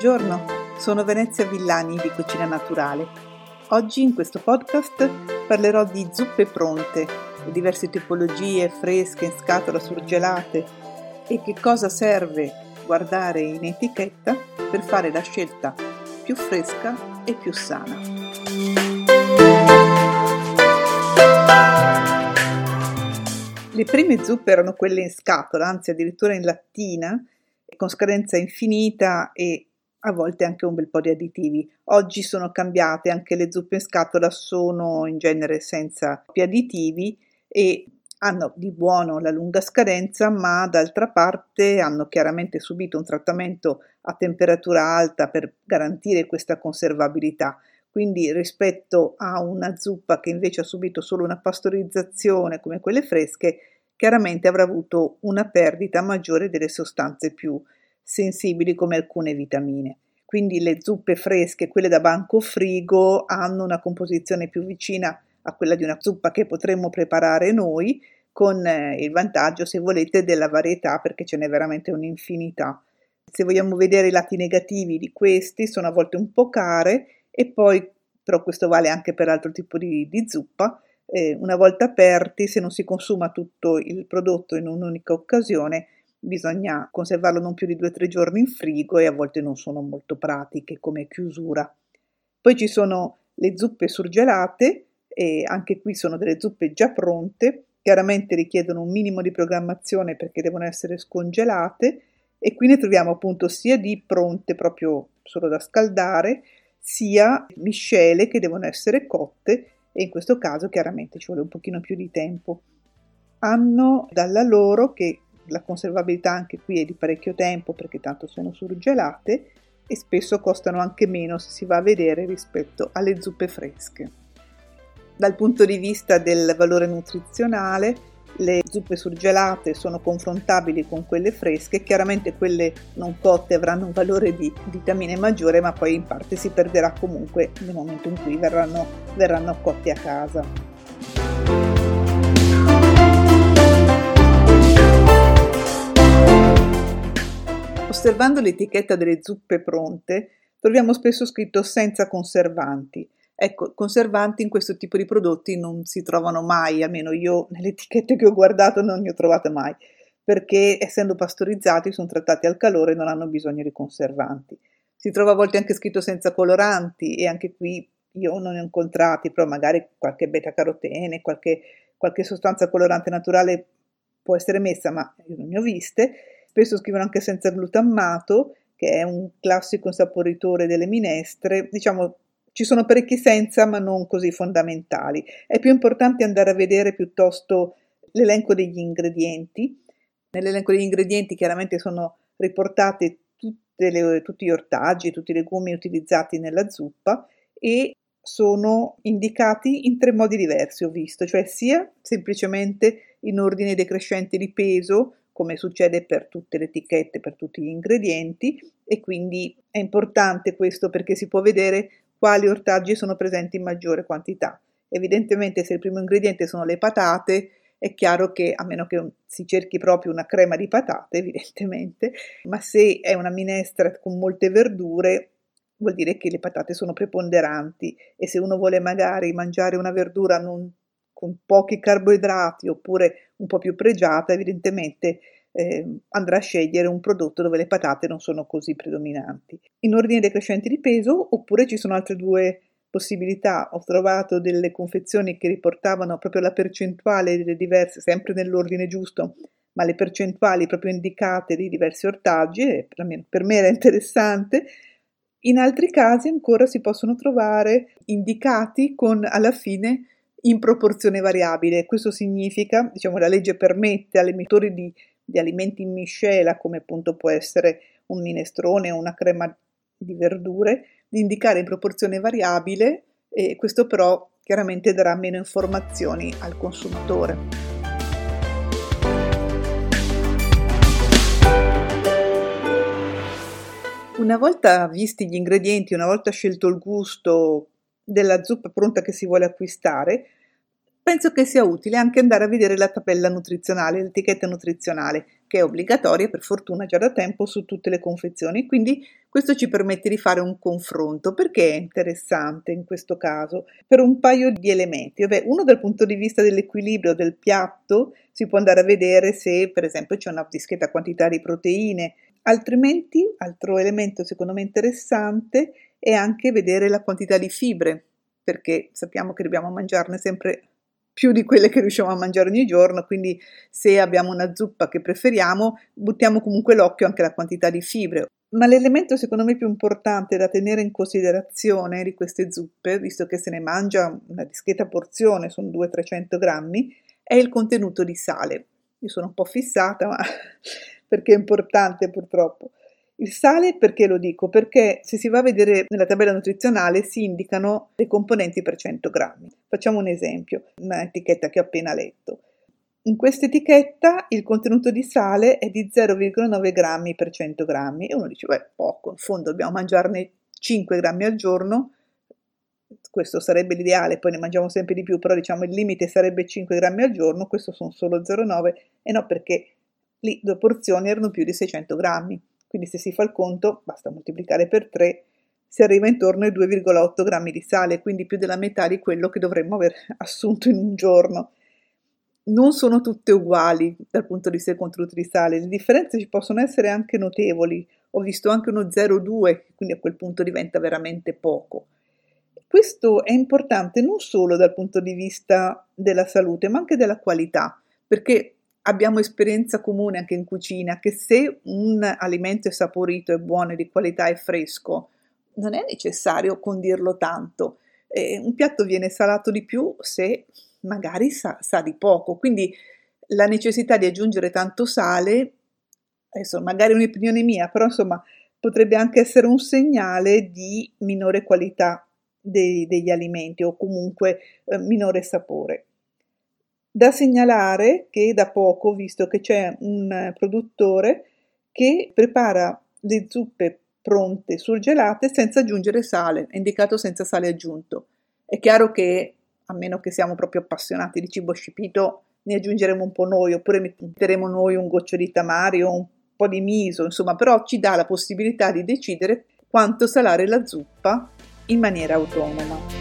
Buongiorno, sono Venezia Villani di Cucina Naturale. Oggi in questo podcast parlerò di zuppe pronte, le diverse tipologie fresche in scatola surgelate e che cosa serve guardare in etichetta per fare la scelta più fresca e più sana. Le prime zuppe erano quelle in scatola, anzi addirittura in lattina, con scadenza infinita e a volte anche un bel po' di additivi. Oggi sono cambiate, anche le zuppe in scatola sono in genere senza più additivi e hanno di buono la lunga scadenza, ma d'altra parte hanno chiaramente subito un trattamento a temperatura alta per garantire questa conservabilità. Quindi rispetto a una zuppa che invece ha subito solo una pastorizzazione come quelle fresche, chiaramente avrà avuto una perdita maggiore delle sostanze più sensibili come alcune vitamine. Quindi le zuppe fresche, quelle da banco frigo, hanno una composizione più vicina a quella di una zuppa che potremmo preparare noi, con il vantaggio, se volete, della varietà, perché ce n'è veramente un'infinità. Se vogliamo vedere i lati negativi di questi, sono a volte un po' care e poi, però questo vale anche per altro tipo di zuppa, una volta aperti, se non si consuma tutto il prodotto in un'unica occasione, bisogna conservarlo non più di 2-3 giorni in frigo e a volte non sono molto pratiche come chiusura. Poi ci sono le zuppe surgelate e anche qui sono delle zuppe già pronte, chiaramente richiedono un minimo di programmazione perché devono essere scongelate e qui ne troviamo appunto sia di pronte proprio solo da scaldare, sia miscele che devono essere cotte e in questo caso chiaramente ci vuole un pochino più di tempo. Hanno dalla loro che la conservabilità anche qui è di parecchio tempo perché tanto sono surgelate e spesso costano anche meno se si va a vedere rispetto alle zuppe fresche. Dal punto di vista del valore nutrizionale, le zuppe surgelate sono confrontabili con quelle fresche, chiaramente quelle non cotte avranno un valore di vitamine maggiore, ma poi in parte si perderà comunque nel momento in cui verranno cotte a casa. Osservando l'etichetta delle zuppe pronte, troviamo spesso scritto senza conservanti. Ecco, conservanti in questo tipo di prodotti non si trovano mai, almeno io nelle etichette che ho guardato non ne ho trovate mai, perché essendo pastorizzati sono trattati al calore e non hanno bisogno di conservanti. Si trova a volte anche scritto senza coloranti e anche qui io non ne ho incontrati, però magari qualche beta-carotene, qualche sostanza colorante naturale può essere messa, ma io non ne ho viste. Spesso scrivono anche senza glutammato, che è un classico insaporitore delle minestre. Diciamo, ci sono parecchi senza, ma non così fondamentali. È più importante andare a vedere piuttosto l'elenco degli ingredienti. Nell'elenco degli ingredienti chiaramente sono riportati tutti gli ortaggi, tutti i legumi utilizzati nella zuppa e sono indicati in 3 modi diversi, ho visto, cioè sia semplicemente in ordine decrescente di peso, come succede per tutte le etichette, per tutti gli ingredienti, e quindi è importante questo perché si può vedere quali ortaggi sono presenti in maggiore quantità. Evidentemente se il primo ingrediente sono le patate, è chiaro che, a meno che si cerchi proprio una crema di patate, evidentemente, ma se è una minestra con molte verdure, vuol dire che le patate sono preponderanti e se uno vuole magari mangiare una verdura con pochi carboidrati oppure un po' più pregiata, evidentemente andrà a scegliere un prodotto dove le patate non sono così predominanti. In ordine decrescente di peso, oppure ci sono altre 2 possibilità. Ho trovato delle confezioni che riportavano proprio la percentuale delle diverse, sempre nell'ordine giusto, ma le percentuali proprio indicate dei diversi ortaggi, e per me era interessante. In altri casi ancora si possono trovare indicati con alla fine in proporzione variabile. Questo significa, diciamo, la legge permette agli emettori di alimenti in miscela, come appunto può essere un minestrone o una crema di verdure, di indicare in proporzione variabile e questo però chiaramente darà meno informazioni al consumatore. Una volta visti gli ingredienti, una volta scelto il gusto della zuppa pronta che si vuole acquistare, penso che sia utile anche andare a vedere la tabella nutrizionale, l'etichetta nutrizionale, che è obbligatoria per fortuna già da tempo su tutte le confezioni, quindi Questo ci permette di fare un confronto. Perché è interessante in questo caso? Per un paio di elementi. Uno dal punto di vista dell'equilibrio del piatto, si può andare a vedere se per esempio c'è una discreta quantità di proteine. Altrimenti, altro elemento secondo me interessante è anche vedere la quantità di fibre, perché sappiamo che dobbiamo mangiarne sempre più di quelle che riusciamo a mangiare ogni giorno, quindi se abbiamo una zuppa che preferiamo, buttiamo comunque l'occhio anche alla quantità di fibre. Ma l'elemento secondo me più importante da tenere in considerazione di queste zuppe, visto che se ne mangia una discreta porzione, sono 200-300 grammi, è il contenuto di sale. Io sono un po' fissata, ma perché è importante purtroppo. Il sale perché lo dico? Perché se si va a vedere nella tabella nutrizionale si indicano le componenti per 100 grammi. Facciamo un esempio, un'etichetta che ho appena letto. In questa etichetta il contenuto di sale è di 0,9 grammi per 100 grammi e uno dice, poco, in fondo dobbiamo mangiarne 5 grammi al giorno, questo sarebbe l'ideale, poi ne mangiamo sempre di più, però diciamo il limite sarebbe 5 grammi al giorno, questo sono solo 0,9 e no, perché lì 2 porzioni erano più di 600 grammi. Quindi se si fa il conto, basta moltiplicare per 3, si arriva intorno ai 2,8 grammi di sale, quindi più della metà di quello che dovremmo aver assunto in un giorno. Non sono tutte uguali dal punto di vista del contenuto di sale, le differenze ci possono essere anche notevoli. Ho visto anche uno 0,2, quindi a quel punto diventa veramente poco. Questo è importante non solo dal punto di vista della salute, ma anche della qualità, perché abbiamo esperienza comune anche in cucina che se un alimento è saporito, è buono, è di qualità, è fresco, non è necessario condirlo tanto. Un piatto viene salato di più se magari sa di poco, quindi la necessità di aggiungere tanto sale, adesso magari è un'opinione mia, però insomma potrebbe anche essere un segnale di minore qualità degli alimenti o comunque minore sapore. Da segnalare che da poco ho visto che c'è un produttore che prepara le zuppe pronte surgelate senza aggiungere sale, è indicato senza sale aggiunto. È chiaro che a meno che siamo proprio appassionati di cibo scipito ne aggiungeremo un po' noi oppure metteremo noi un goccio di tamari o un po' di miso, insomma, però ci dà la possibilità di decidere quanto salare la zuppa in maniera autonoma.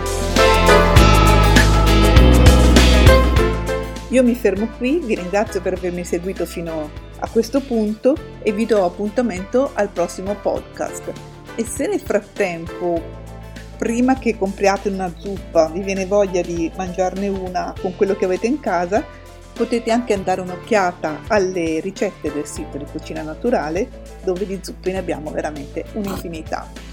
Io mi fermo qui, vi ringrazio per avermi seguito fino a questo punto e vi do appuntamento al prossimo podcast. E se nel frattempo, prima che compriate una zuppa, vi viene voglia di mangiarne una con quello che avete in casa, potete anche andare un'occhiata alle ricette del sito di Cucina Naturale, dove di zuppe ne abbiamo veramente un'infinità.